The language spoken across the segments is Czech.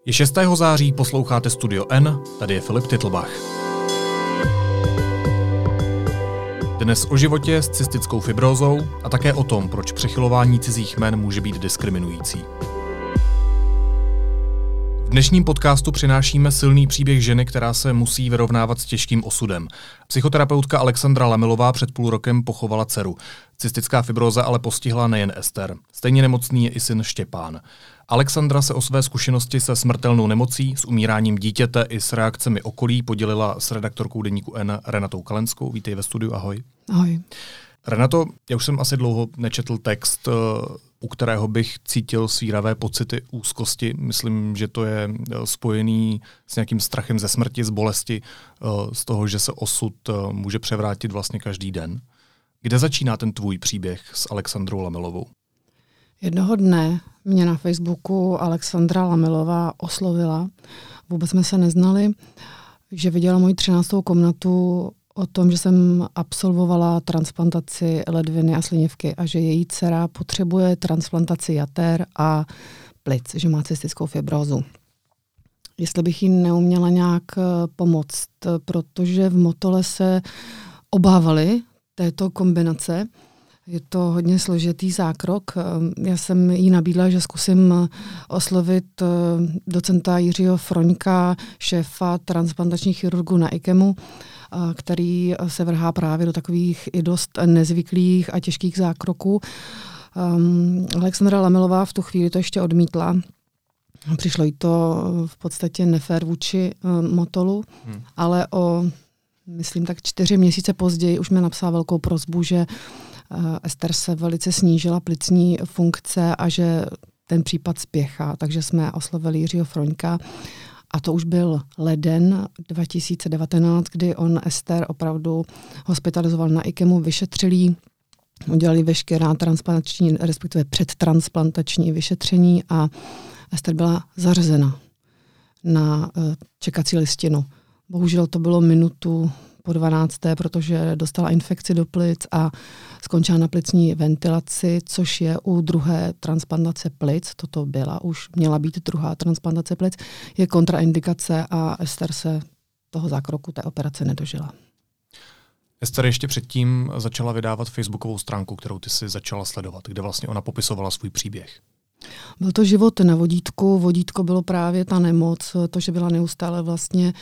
Je 6. září, posloucháte Studio N, tady je Filip Titlbach. Dnes o životě s cystickou fibrózou a také o tom, proč přechylování cizích jmen může být diskriminující. V dnešním podcastu přinášíme silný příběh ženy, která se musí vyrovnávat s těžkým osudem. Psychoterapeutka Alexandra Lamilová před půl rokem pochovala dceru. Cystická fibróza ale postihla nejen Ester. Stejně nemocný je i syn Štěpán. Alexandra se o své zkušenosti se smrtelnou nemocí, s umíráním dítěte i s reakcemi okolí podělila s redaktorkou deníku N Renatou Kalenskou. Vítej ve studiu, ahoj. Ahoj. Renato, já už jsem asi dlouho nečetl text, u kterého bych cítil svíravé pocity úzkosti. Myslím, že to je spojený s nějakým strachem ze smrti, z bolesti, z toho, že se osud může převrátit vlastně každý den. Kde začíná ten tvůj příběh s Alexandrou Lamilovou? Jednoho dne mě na Facebooku Alexandra Lamilová oslovila, vůbec jsme se neznali, že viděla moji 13. komnatu o tom, že jsem absolvovala transplantaci ledviny a slinivky a že její dcera potřebuje transplantaci jater a plic, že má cystickou fibrózu. Jestli bych jí neuměla nějak pomoct, protože v Motole se obávali této kombinace. Je to hodně složitý zákrok. Já jsem jí nabídla, že zkusím oslovit docenta Jiřího Froňka, šéfa transplantačních chirurgů na IKEMu, který se vrhá právě do takových i dost nezvyklých a těžkých zákroků. Alexandra Lamilová v tu chvíli to ještě odmítla. Přišlo jí to v podstatě nefér vůči Motolu, ale myslím tak 4 měsíce později už mi napsala velkou prosbu, že Ester se velice snížila plicní funkce a že ten případ spěchá, takže jsme oslovili Jiřího Froňka. A to už byl leden 2019, kdy on Ester opravdu hospitalizoval na IKEMu, vyšetřili, udělali veškerá transplantační, respektive předtransplantační vyšetření a Ester byla zařazena na čekací listinu. Bohužel to bylo minutu po 12., protože dostala infekci do plic a skončila na plicní ventilaci, což je u druhé transplantace plic, toto měla být druhá transplantace plic, je kontraindikace a Ester se toho zákroku té operace nedožila. Ester ještě předtím začala vydávat facebookovou stránku, kterou ty si začala sledovat, kde vlastně ona popisovala svůj příběh. Byl to život na vodítku. Vodítko bylo právě ta nemoc, to, že byla neustále vlastně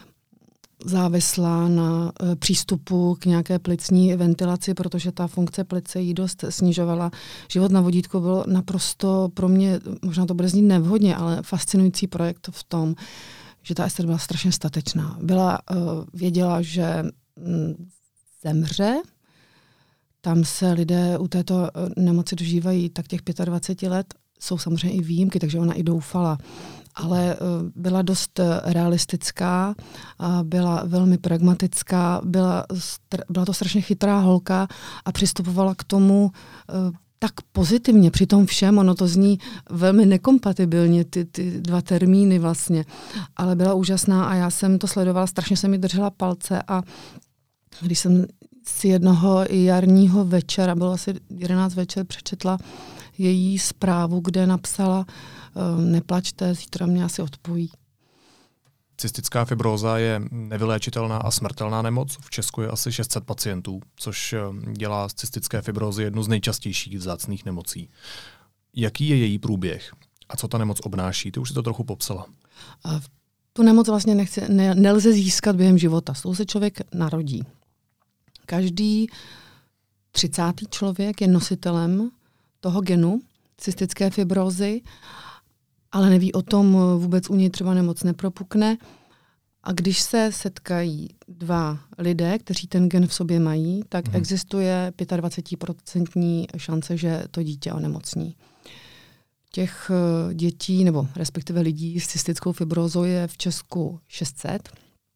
závislá na přístupu k nějaké plicní ventilaci, protože ta funkce plice jí dost snižovala. Život na vodítku byl naprosto pro mě, možná to bude znít nevhodně, ale fascinující projekt v tom, že ta Ester byla strašně statečná. Věděla, že zemře. Tam se lidé u této nemoci dožívají tak těch 25 let. Jsou samozřejmě i výjimky, takže ona i doufala. Ale byla dost realistická, byla velmi pragmatická, byla to strašně chytrá holka a přistupovala k tomu tak pozitivně. Při tom všem, ono to zní velmi nekompatibilně, ty dva termíny vlastně, ale byla úžasná a já jsem to sledovala, strašně jsem mi držela palce a když jsem si jednoho jarního večera, bylo asi 11 večer, přečetla její zprávu, kde napsala: neplačte, zítra mě asi odpojí. Cystická fibróza je nevyléčitelná a smrtelná nemoc. V Česku je asi 600 pacientů, což dělá z cystické fibrózy jednu z nejčastějších vzácných nemocí. Jaký je její průběh a co ta nemoc obnáší? Ty už si to trochu popsala. Tu nemoc vlastně nelze získat během života. S tou se člověk narodí. Každý 30. člověk je nositelem toho genu cystické fibrózy, ale neví o tom, vůbec u něj třeba nemoc nepropukne. A když se setkají dva lidé, kteří ten gen v sobě mají, tak existuje 25% šance, že to dítě onemocní. Těch dětí, nebo respektive lidí s cystickou fibrózou je v Česku 600.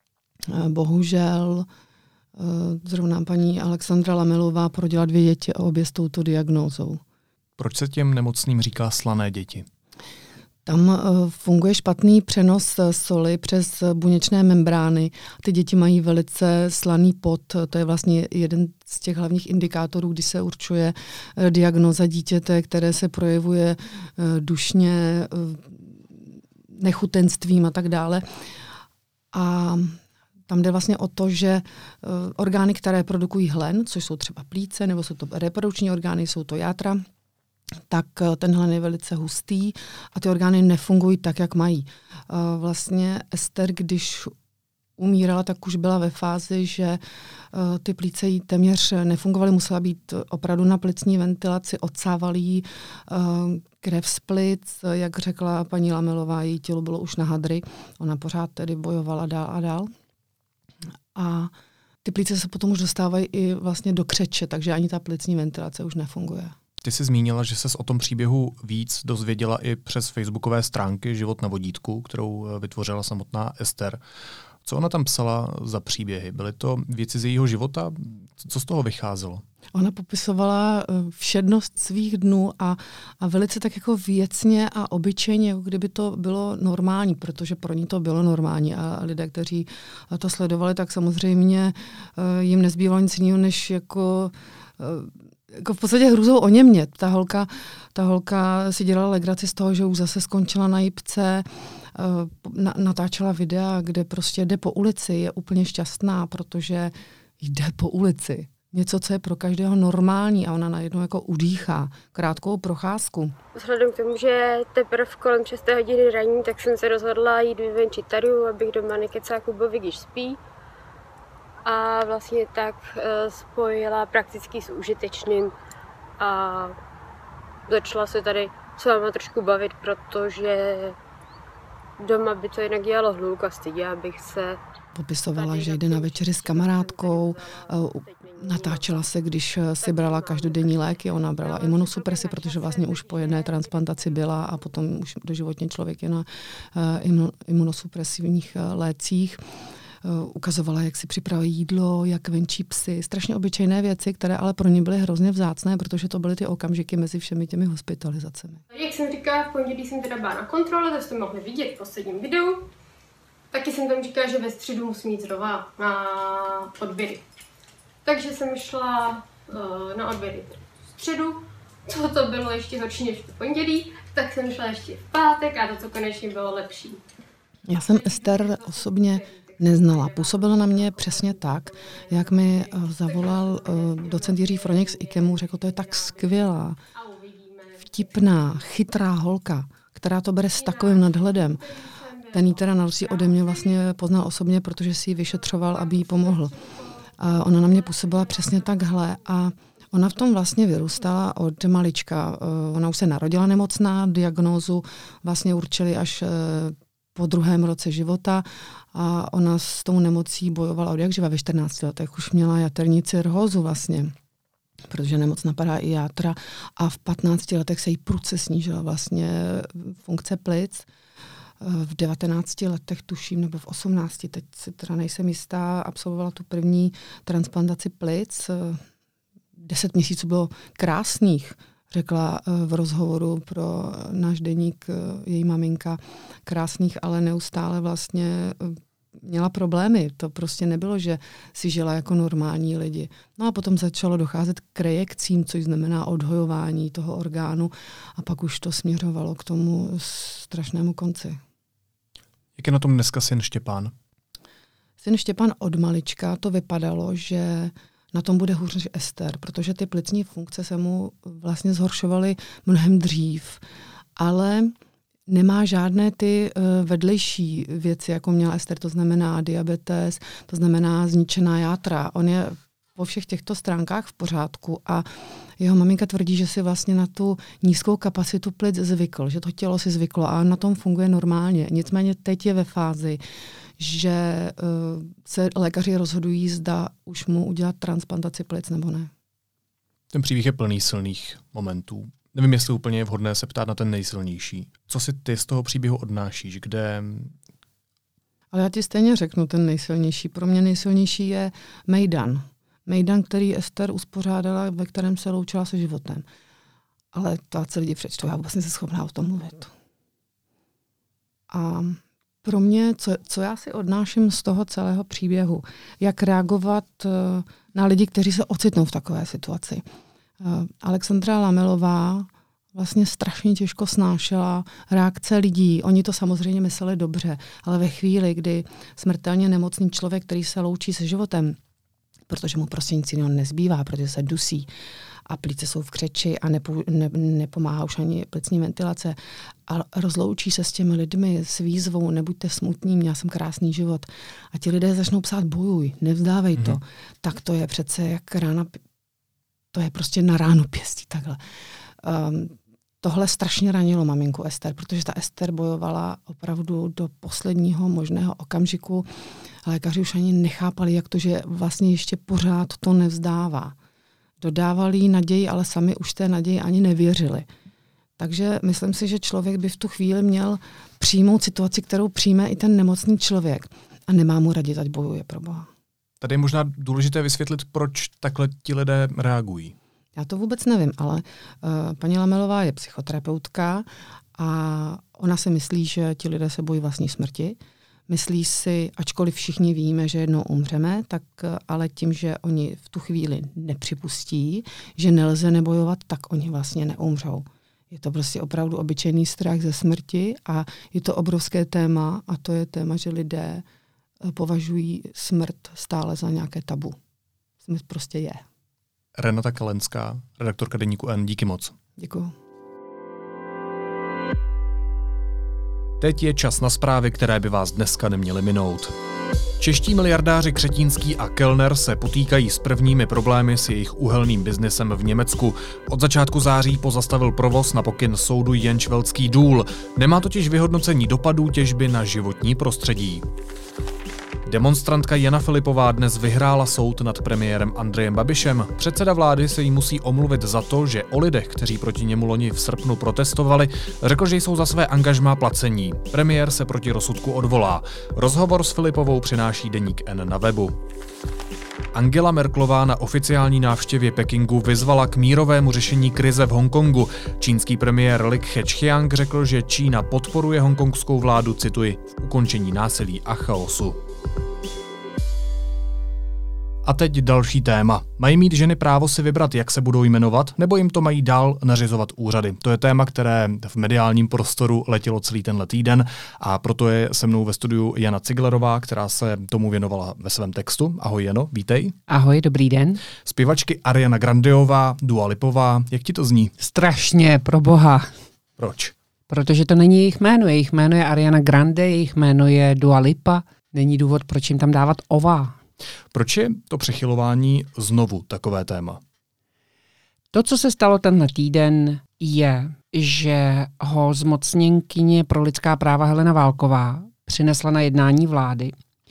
Bohužel zrovna paní Alexandra Lamilová porodila 2 děti a obě s touto diagnózou. Proč se těm nemocným říká slané děti? Tam funguje špatný přenos soli přes buněčné membrány. Ty děti mají velice slaný pot. To je vlastně jeden z těch hlavních indikátorů, kdy se určuje diagnóza dítěte, které se projevuje dušně, nechutenstvím a tak dále. A tam jde vlastně o to, že orgány, které produkují hlen, což jsou třeba plíce, nebo jsou to reprodukční orgány, jsou to játra, tak ten hlen je velice hustý a ty orgány nefungují tak, jak mají. Vlastně Ester, když umírala, tak už byla ve fázi, že ty plíce jí téměř nefungovaly, musela být opravdu na plicní ventilaci, odsávali jí krev z plic, jak řekla paní Lamelová, její tělo bylo už na hadry, ona pořád tedy bojovala dál a dál. A ty plíce se potom už dostávají i vlastně do křeče, takže ani ta plicní ventilace už nefunguje. Ty jsi zmínila, že ses o tom příběhu víc dozvěděla i přes facebookové stránky Život na vodítku, kterou vytvořila samotná Ester. Co ona tam psala za příběhy? Byly to věci z jejího života? Co z toho vycházelo? Ona popisovala všednost svých dnů a velice tak jako věcně a obyčejně, jako kdyby to bylo normální, protože pro ní to bylo normální a lidé, kteří to sledovali, tak samozřejmě jim nezbývalo nic jiného, než jako v podstatě hrůzou oněmět. Ta holka si dělala legraci z toho, že už zase skončila na jipce, natáčela videa, kde prostě jde po ulici, je úplně šťastná, protože jde po ulici. Něco, co je pro každého normální a ona najednou jako udýchá krátkou procházku. Vzhledem k tomu, že teprve kolem 6 hodiny raní, tak jsem se rozhodla jít vyvenčit Taru, abych doma nekecala Kubovi, když spí. A vlastně tak spojila prakticky s užitečným a začala se tady s váma trošku bavit, protože doma by to jinak dělalo hluk a styděla bych se. Popisovala, že jde na večeři s kamarádkou, natáčela se, když si brala každodenní léky, ona brala imunosupresi, protože vlastně už po jedné transplantaci byla a potom už doživotně člověk je na imunosupresivních lécích. Ukazovala, jak si připraví jídlo, jak venčí psy, strašně obyčejné věci, které ale pro ně byly hrozně vzácné, protože to byly ty okamžiky mezi všemi těmi hospitalizacemi. Jak jsem říkala, v pondělí jsem teda byla na kontrole, to jste mohli vidět v posledním videu. Taky jsem tam říkala, že ve středu musím jít znova na odběry. Takže jsem šla na odběry v středu, to bylo ještě horší než v pondělí, tak jsem šla ještě v pátek a to konečně bylo lepší. Já jsem Ester osobně neznala. Působila na mě přesně tak, jak mi zavolal docent Jiří Froněk z IKEMu, řekl, to je tak skvělá, vtipná, chytrá holka, která to bere s takovým nadhledem. Ten jí teda na rozdíl ode mě vlastně poznal osobně, protože si ji vyšetřoval, aby jí pomohl. A ona na mě působila přesně takhle a ona v tom vlastně vyrůstala od malička. Ona už se narodila nemocná, diagnózu vlastně určili až po 2. roce života a ona s tou nemocí bojovala od jak živa. Ve 14 letech už měla jaterní cirhózu vlastně, protože nemoc napadá i játra a v 15 letech se jí prudce snížila vlastně funkce plic. V 19 letech tuším, nebo v 18, teď si teda nejsem jistá, absolvovala tu první transplantaci plic. 10 měsíců bylo krásných, řekla v rozhovoru pro náš deník její maminka, krásných, ale neustále vlastně měla problémy. To prostě nebylo, že si žila jako normální lidi. No a potom začalo docházet k rejekcím, což znamená odhojování toho orgánu a pak už to směřovalo k tomu strašnému konci. Jak je na tom dneska syn Štěpán? Syn Štěpán od malička to vypadalo, že na tom bude hůř než Ester, protože ty plicní funkce se mu vlastně zhoršovaly mnohem dřív. Ale nemá žádné ty vedlejší věci, jako měla Ester, to znamená diabetes, to znamená zničená játra. On je po všech těchto stránkách v pořádku a jeho maminka tvrdí, že si vlastně na tu nízkou kapacitu plic zvykl, že to tělo si zvyklo a na tom funguje normálně. Nicméně teď je ve fázi, že se lékaři rozhodují, zda už mu udělat transplantaci plic nebo ne. Ten příběh je plný silných momentů. Nevím, jestli úplně je vhodné se ptát na ten nejsilnější. Co si ty z toho příběhu odnášíš? Kde... Ale já ti stejně řeknu ten nejsilnější. Pro mě nejsilnější je Mejdan. Mejdan, který Ester uspořádala, ve kterém se loučila se životem. Ale to ať se lidi přečtou, já vůbec nejsem schopná o tom mluvit. A pro mě, co já si odnáším z toho celého příběhu, jak reagovat na lidi, kteří se ocitnou v takové situaci. Alexandra Lamelová vlastně strašně těžko snášela reakce lidí. Oni to samozřejmě mysleli dobře, ale ve chvíli, kdy smrtelně nemocný člověk, který se loučí se životem, protože mu prostě nic jiného nezbývá, protože se dusí a plíce jsou v křeči a nepomáhá už ani plicní ventilace a rozloučí se s těmi lidmi s výzvou nebuďte smutní, měla jsem krásný život a ti lidé začnou psát bojuj, nevzdávej to, tak to je přece jak rána, to je prostě na ránu pěstí takhle. Tohle strašně ranilo maminku Ester, protože ta Ester bojovala opravdu do posledního možného okamžiku. Lékaři už ani nechápali, jak to, že vlastně ještě pořád to nevzdává. Dodávali jí naději, ale sami už té naději ani nevěřili. Takže myslím si, že člověk by v tu chvíli měl přijmout situaci, kterou přijme i ten nemocný člověk. A nemá mu radit, ať bojuje pro Boha. Tady je možná důležité vysvětlit, proč takhle ti lidé reagují. Já to vůbec nevím, ale paní Lamelová je psychoterapeutka a ona si myslí, že ti lidé se bojí vlastní smrti. Myslí si, ačkoliv všichni víme, že jednou umřeme, tak ale tím, že oni v tu chvíli nepřipustí, že nelze nebojovat, tak oni vlastně neumřou. Je to prostě opravdu obyčejný strach ze smrti a je to obrovské téma a to je téma, že lidé považují smrt stále za nějaké tabu. Smrt prostě je. Renata Kalenská, redaktorka Deníku N. Díky moc. Děkuju. Teď je čas na zprávy, které by vás dneska neměly minout. Čeští miliardáři Křetínský a Kellner se potýkají s prvními problémy s jejich uhelným biznesem v Německu. Od začátku září pozastavil provoz na pokyn soudu Jänschwaldský důl. Nemá totiž vyhodnocení dopadů těžby na životní prostředí. Demonstrantka Jana Filipová dnes vyhrála soud nad premiérem Andrejem Babišem. Předseda vlády se jí musí omluvit za to, že o lidech, kteří proti němu loni v srpnu protestovali, řekl, že jsou za své angažmá placení. Premiér se proti rozsudku odvolá. Rozhovor s Filipovou přináší Deník N na webu. Angela Merkelová na oficiální návštěvě Pekingu vyzvala k mírovému řešení krize v Hongkongu. Čínský premiér Li Keqiang řekl, že Čína podporuje hongkongskou vládu, cituji, v ukončení násilí a chaosu. A teď další téma. Mají mít ženy právo si vybrat, jak se budou jmenovat, nebo jim to mají dál nařizovat úřady? To je téma, které v mediálním prostoru letělo celý tenhle týden a proto je se mnou ve studiu Jana Ciglerová, která se tomu věnovala ve svém textu. Ahoj Jano, vítej. Ahoj, dobrý den. Zpěvačky Ariana Grandeová, Dua Lipová, jak ti to zní? Strašně, pro boha. Proč? Protože to není jejich jméno je Ariana Grande, jejich jméno je Dua Lipa, není důvod, proč jim tam dávat ová. Proč je to přechylování znovu takové téma? To, co se stalo tenhle týden, je, že ho zmocněnkyně pro lidská práva Helena Válková přinesla na jednání vlády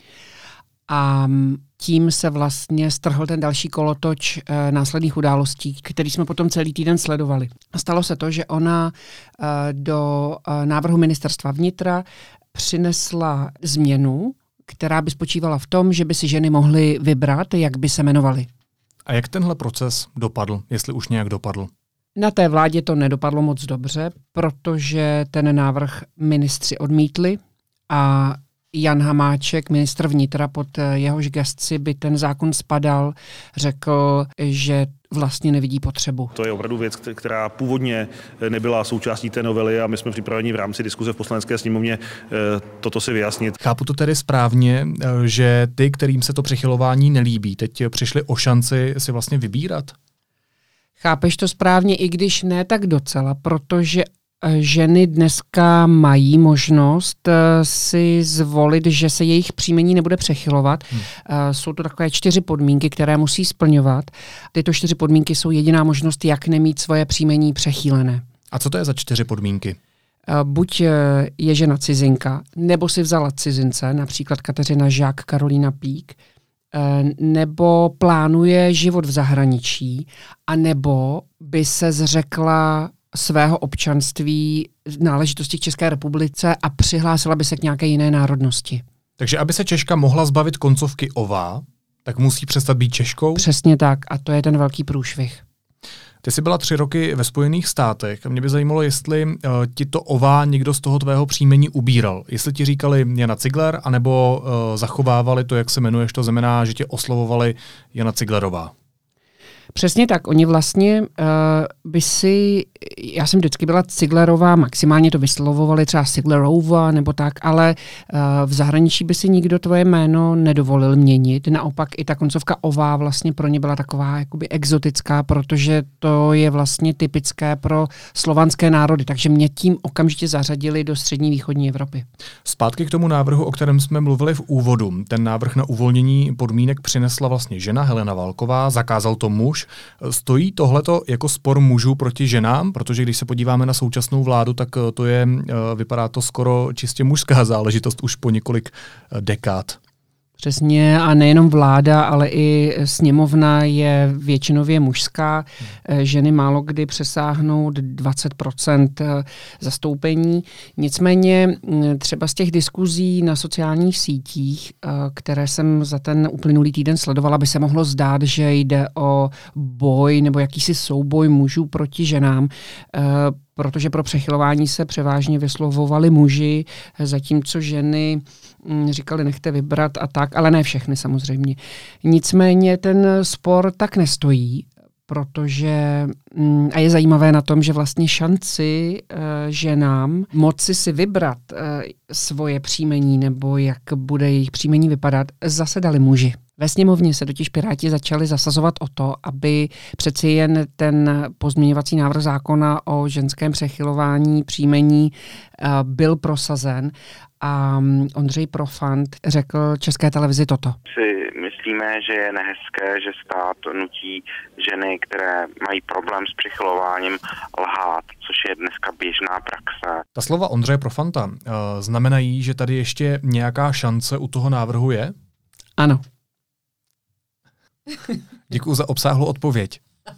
a tím se vlastně strhl ten další kolotoč následných událostí, který jsme potom celý týden sledovali. Stalo se to, že ona do návrhu ministerstva vnitra přinesla změnu, která by spočívala v tom, že by si ženy mohly vybrat, jak by se jmenovaly. A jak tenhle proces dopadl, jestli už nějak dopadl? Na té vládě to nedopadlo moc dobře, protože ten návrh ministři odmítli a Jan Hamáček, ministr vnitra, pod jehož gesci by ten zákon spadal, řekl, že vlastně nevidí potřebu. To je opravdu věc, která původně nebyla součástí té novely a my jsme připraveni v rámci diskuze v Poslanecké sněmovně toto si vyjasnit. Chápu to tedy správně, že ty, kterým se to přechylování nelíbí, teď přišli o šanci si vlastně vybírat? Chápeš to správně, i když ne tak docela, protože ženy dneska mají možnost si zvolit, že se jejich příjmení nebude přechylovat. Jsou to takové 4 podmínky, které musí splňovat. Tyto 4 podmínky jsou jediná možnost, jak nemít svoje příjmení přechýlené. A co to je za 4 podmínky? Buď je žena cizinka, nebo si vzala cizince, například Kateřina Žák, Karolína Pík, nebo plánuje život v zahraničí, a nebo by se zřekla svého občanství náležitosti k České republice a přihlásila by se k nějaké jiné národnosti. Takže aby se Češka mohla zbavit koncovky ová, tak musí přestat být Češkou? Přesně tak, a to je ten velký průšvih. Ty jsi byla 3 roky ve Spojených státech a mě by zajímalo, jestli ti to ová někdo z toho tvého příjmení ubíral. Jestli ti říkali Jana Cigler, anebo zachovávali to, jak se jmenuješ, to znamená, že tě oslovovali Jana Ciglerová. Přesně tak. Oni vlastně já jsem vždycky byla Ciglerová, maximálně to vyslovovali třeba Ciglerova nebo tak, ale v zahraničí by si nikdo tvoje jméno nedovolil měnit. Naopak i ta koncovka ová vlastně pro ně byla taková jakoby exotická, protože to je vlastně typické pro slovanské národy, takže mě tím okamžitě zařadili do střední východní Evropy. Zpátky k tomu návrhu, o kterém jsme mluvili v úvodu. Ten návrh na uvolnění podmínek přinesla vlastně žena Helena Válková, zakázal to muž. Stojí tohleto jako spor mužů proti ženám? Protože když se podíváme na současnou vládu, tak vypadá to skoro čistě mužská záležitost už po několik dekád. Přesně, a nejenom vláda, ale i sněmovna je většinově mužská. Ženy málo kdy přesáhnou 20% zastoupení. Nicméně třeba z těch diskuzí na sociálních sítích, které jsem za ten uplynulý týden sledovala, by se mohlo zdát, že jde o boj nebo jakýsi souboj mužů proti ženám, protože pro přechylování se převážně vyslovovali muži, zatímco ženy říkali nechte vybrat a tak, ale ne všechny samozřejmě. Nicméně ten spor tak nestojí, protože a je zajímavé na tom, že vlastně šanci ženám moci si vybrat svoje příjmení nebo jak bude jejich příjmení vypadat, zase dali muži. Ve sněmovně se totiž Piráti začali zasazovat o to, aby přeci jen ten pozměňovací návrh zákona o ženském přechylování příjmení byl prosazen. A Ondřej Profant řekl České televizi toto. Si myslíme, že je nehezké, že stát nutí ženy, které mají problém s přechylováním, lhát, což je dneska běžná praxe. Ta slova Ondřeje Profanta znamenají, že tady ještě nějaká šance u toho návrhu je? Ano. Děkuji za obsáhlou odpověď.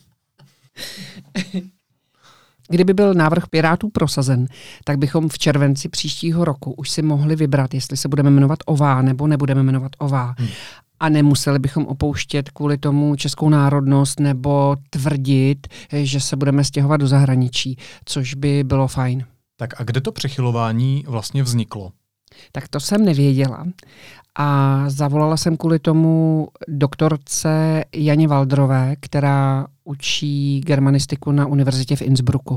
Kdyby byl návrh Pirátů prosazen, tak bychom v červenci příštího roku už si mohli vybrat, jestli se budeme jmenovat OVA nebo nebudeme jmenovat OVA. A nemuseli bychom opouštět kvůli tomu českou národnost nebo tvrdit, že se budeme stěhovat do zahraničí, což by bylo fajn. Tak a kde to přechylování vlastně vzniklo? Tak to jsem nevěděla. A zavolala jsem kvůli tomu doktorce Janě Valdrové, která učí germanistiku na univerzitě v Innsbrucku.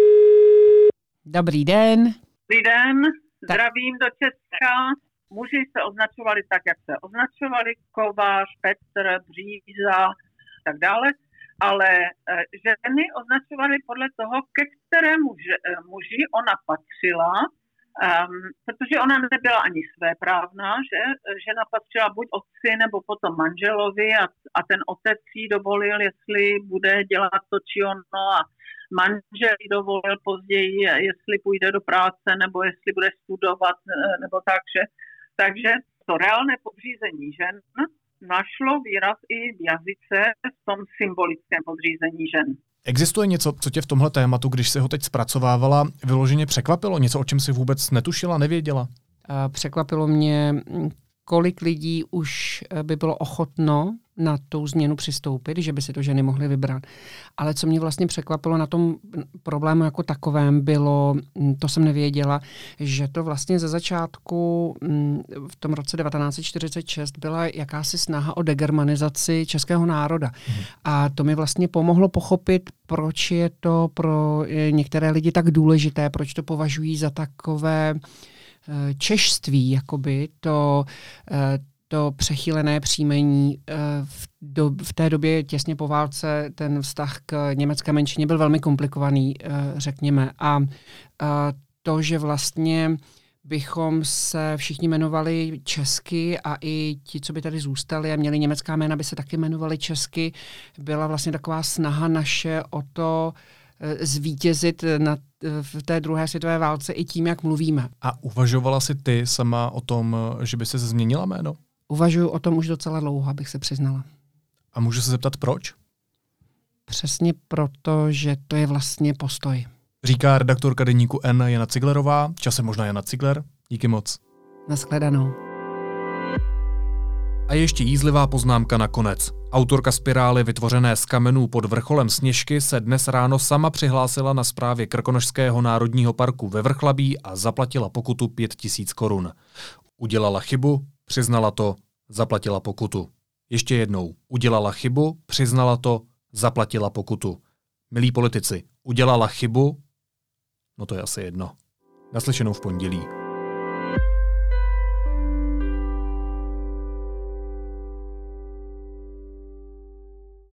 Dobrý den. Dobrý den, zdravím do Česka. Muži se označovali tak, jak se označovali, Kovář, Petr, Bříza, tak dále, ale ženy označovali podle toho, ke kterému muži ona patřila, protože ona nebyla ani svéprávná, že žena patřila buď otci nebo potom manželovi a ten otec jí dovolil, jestli bude dělat to či ono a manžel jí dovolil později, jestli půjde do práce nebo jestli bude studovat nebo takže to reálné podřízení žen našlo výraz i v jazyce v tom symbolickém podřízení žen. Existuje něco, co tě v tomhle tématu, když se ho teď zpracovávala, vyloženě překvapilo? Něco, o čem si vůbec netušila, nevěděla? Překvapilo mě, kolik lidí už by bylo ochotno na tu změnu přistoupit, že by si to ženy mohly vybrat. Ale co mě vlastně překvapilo na tom problému jako takovém bylo, to jsem nevěděla, že to vlastně ze začátku v tom roce 1946 byla jakási snaha o degermanizaci českého národa. A to mi vlastně pomohlo pochopit, proč je to pro některé lidi tak důležité, proč to považují za takové češství, jakoby to přechýlené příjmení. V té době těsně po válce ten vztah k německé menšině byl velmi komplikovaný, řekněme. A to, že vlastně bychom se všichni jmenovali česky a i ti, co by tady zůstali a měli německá jména, by se taky jmenovali česky, byla vlastně taková snaha naše o to zvítězit v té druhé světové válce i tím, jak mluvíme. A uvažovala jsi ty sama o tom, že by se změnila jméno? Uvažuji o tom už docela dlouho, abych se přiznala. A můžu se zeptat proč? Přesně proto, že to je vlastně postoj. Říká redaktorka deníku N Jana Ciglerová, časem možná Jana Cigler. Díky moc. Nashledanou. A ještě jízlivá poznámka nakonec. Autorka spirály vytvořené z kamenů pod vrcholem Sněžky se dnes ráno sama přihlásila na správě Krkonošského národního parku ve Vrchlabí a zaplatila pokutu 5 000 korun. Udělala chybu, přiznala to, zaplatila pokutu. Ještě jednou. Udělala chybu, přiznala to, zaplatila pokutu. Milí politici, udělala chybu? No to je asi jedno. Naslyšenou v pondělí.